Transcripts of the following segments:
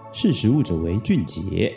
识时务者为俊杰。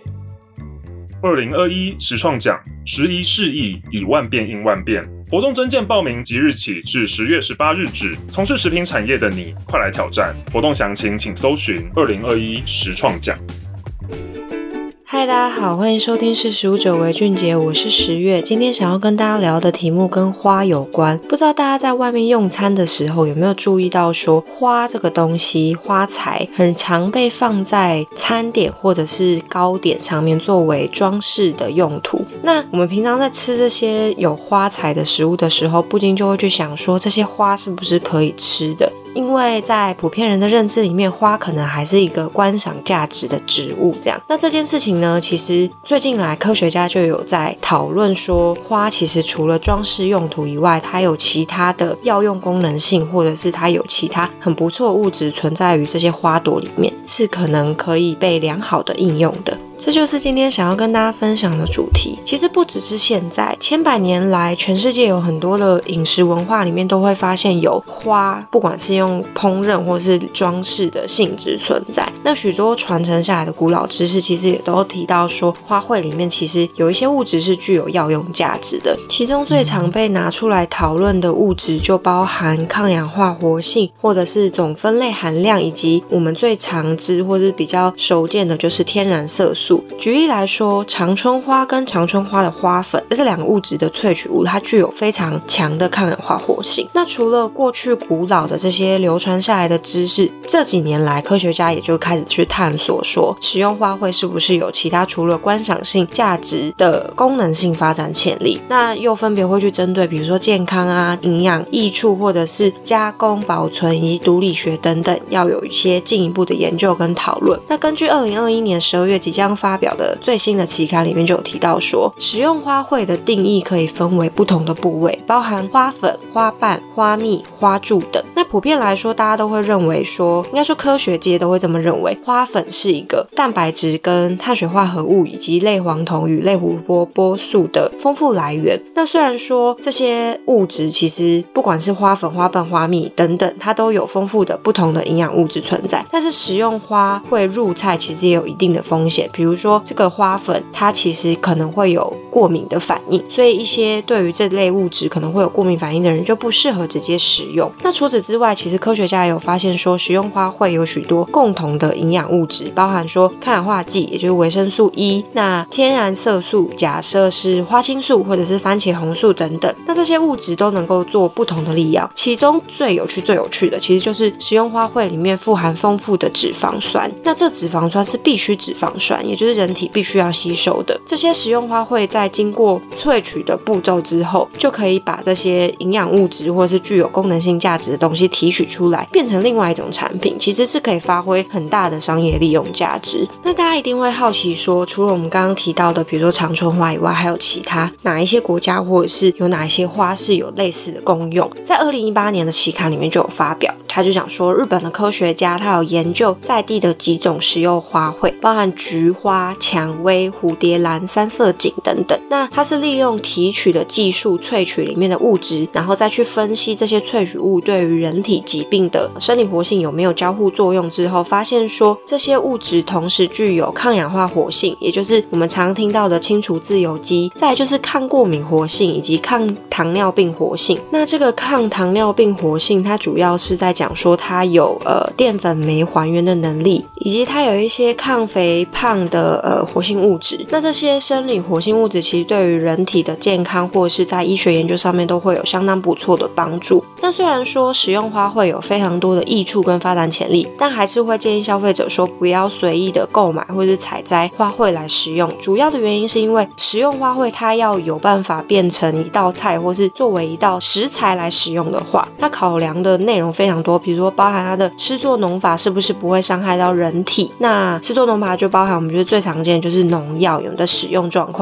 2021时创奖11释义，以万变应万变。活动征件报名即日起至10月18日止。从事食品产业的你，快来挑战！活动详情请搜寻2021时创奖。 嗨，大家好，欢迎收听识时务者为俊杰，我是10月。今天想要跟大家聊的题目跟花有关，不知道大家在外面用餐的时候有没有注意到说，花这个东西，花材很常被放在餐点或者是糕点上面作为装饰的用途。那我们平常在吃这些有花材的食物的时候，不禁就会去想说，这些花是不是可以吃的？因为在普遍人的认知里面，花可能还是一个观赏价值的植物这样。那这件事情呢，其实最近来科学家就有在讨论说，花其实除了装饰用途以外，它有其他的药用功能性，或者是它有其他很不错的物质存在于这些花朵里面，是可能可以被良好的应用的。这就是今天想要跟大家分享的主题。其实不只是现在，千百年来全世界有很多的饮食文化里面都会发现有花，不管是用烹饪或是装饰的性质存在。那许多传承下来的古老知识其实也都提到说，花卉里面其实有一些物质是具有药用价值的。其中最常被拿出来讨论的物质就包含抗氧化活性，或者是总酚类含量，以及我们最常知或是比较熟见的就是天然色素。举例来说，常春花跟常春花的花粉，这两个物质的萃取物，它具有非常强的抗氧化活性。那除了过去古老的这些流传下来的知识，这几年来科学家也就开始去探索说，食用花卉是不是有其他除了观赏性价值的功能性发展潜力。那又分别会去针对比如说健康啊、营养益处，或者是加工保存以及毒理学等等，要有一些进一步的研究跟讨论。那根据2021年12月即将发表的最新的期刊里面就有提到说，食用花卉的定义可以分为不同的部位，包含花粉、花瓣、花蜜、花柱等。那普遍来说，大家都会认为说，应该说科学界都会这么认为，花粉是一个蛋白质跟碳水化合物以及类黄酮与类胡萝卜素的丰富来源。那虽然说这些物质其实不管是花粉、花瓣、花蜜等等，它都有丰富的不同的营养物质存在，但是食用花卉入菜其实也有一定的风险，比如说这个花粉它其实可能会有过敏的反应，所以一些对于这类物质可能会有过敏反应的人就不适合直接食用。那除此之外，其实科学家也有发现说，食用花卉有许多共同的营养物质，包含说抗氧化剂，也就是维生素 E， 那天然色素，假设是花青素或者是番茄红素等等。那这些物质都能够做不同的利用，其中最有趣的其实就是食用花卉里面富含丰富的脂肪酸。那这脂肪酸是必需脂肪酸，也就是人体必须要吸收的。这些食用花卉在经过萃取的步骤之后，就可以把这些营养物质或是具有功能性价值的东西提取出来，变成另外一种产品，其实是可以发挥很大的商业利用价值。那大家一定会好奇说，除了我们刚刚提到的比如说常春花以外，还有其他哪一些国家或者是有哪一些花是有类似的功用？在2018年的期刊里面就有发表，他就讲说，日本的科学家他有研究在地的几种食用花卉，包含菊花、蔷薇、蝴蝶兰、三色堇等等。那它是利用提取的技术萃取里面的物质，然后再去分析这些萃取物对于人体疾病的生理活性有没有交互作用之后，发现说这些物质同时具有抗氧化活性，也就是我们常听到的清除自由基，再来就是抗过敏活性以及抗糖尿病活性。那这个抗糖尿病活性，它主要是在讲说它有淀粉酶还原的能力，以及它有一些抗肥胖的活性物质。那这些生理活性物质其实对于人体的健康或是在医学研究上面都会有相当不错的帮助。那虽然说食用花卉有非常多的益处跟发展潜力，但还是会建议消费者说不要随意的购买或是采摘花卉来食用。主要的原因是因为食用花卉它要有办法变成一道菜或是作为一道食材来使用的话，它考量的内容非常多，比如说包含它的施作农法是不是不会伤害到人体，那施作农法就包含我们觉得最常见的就是农药有的使用状况，又或者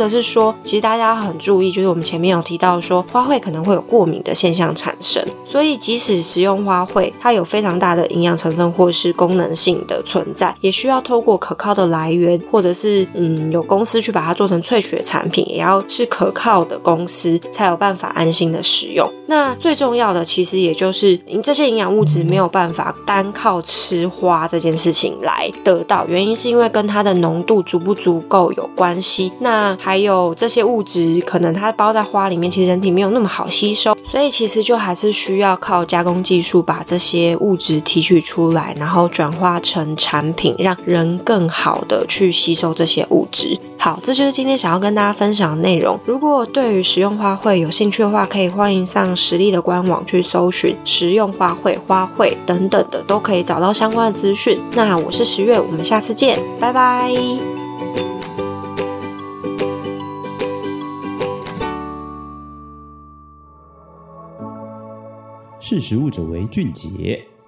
者是说其实大家很注意，就是我们前面有提到说花卉可能会有过敏的现象产生，所以即使食用花卉它有非常大的营养成分或是功能性的存在，也需要透过可靠的来源，或者是有公司去把它做成萃取的产品，也要是可靠的公司才有办法安心的使用。那最重要的其实也就是这些营养物质没有办法单靠吃花这件事情来得到，原因是因为跟它的浓度足不足够有关系，那还有这些物质可能它包在花里面，其实人体没有那么好吸收，所以其实就还是需要靠加工技术把这些物质提取出来，然后转化成产品，让人更好的去吸收这些物质。好，这就是今天想要跟大家分享的内容。如果对于食用花卉有兴趣的话，可以欢迎上食力的官网去搜寻食用花卉、花卉等等的，都可以找到相关的资讯。那我是10月，我们下次见，拜拜。 识时务者为俊杰。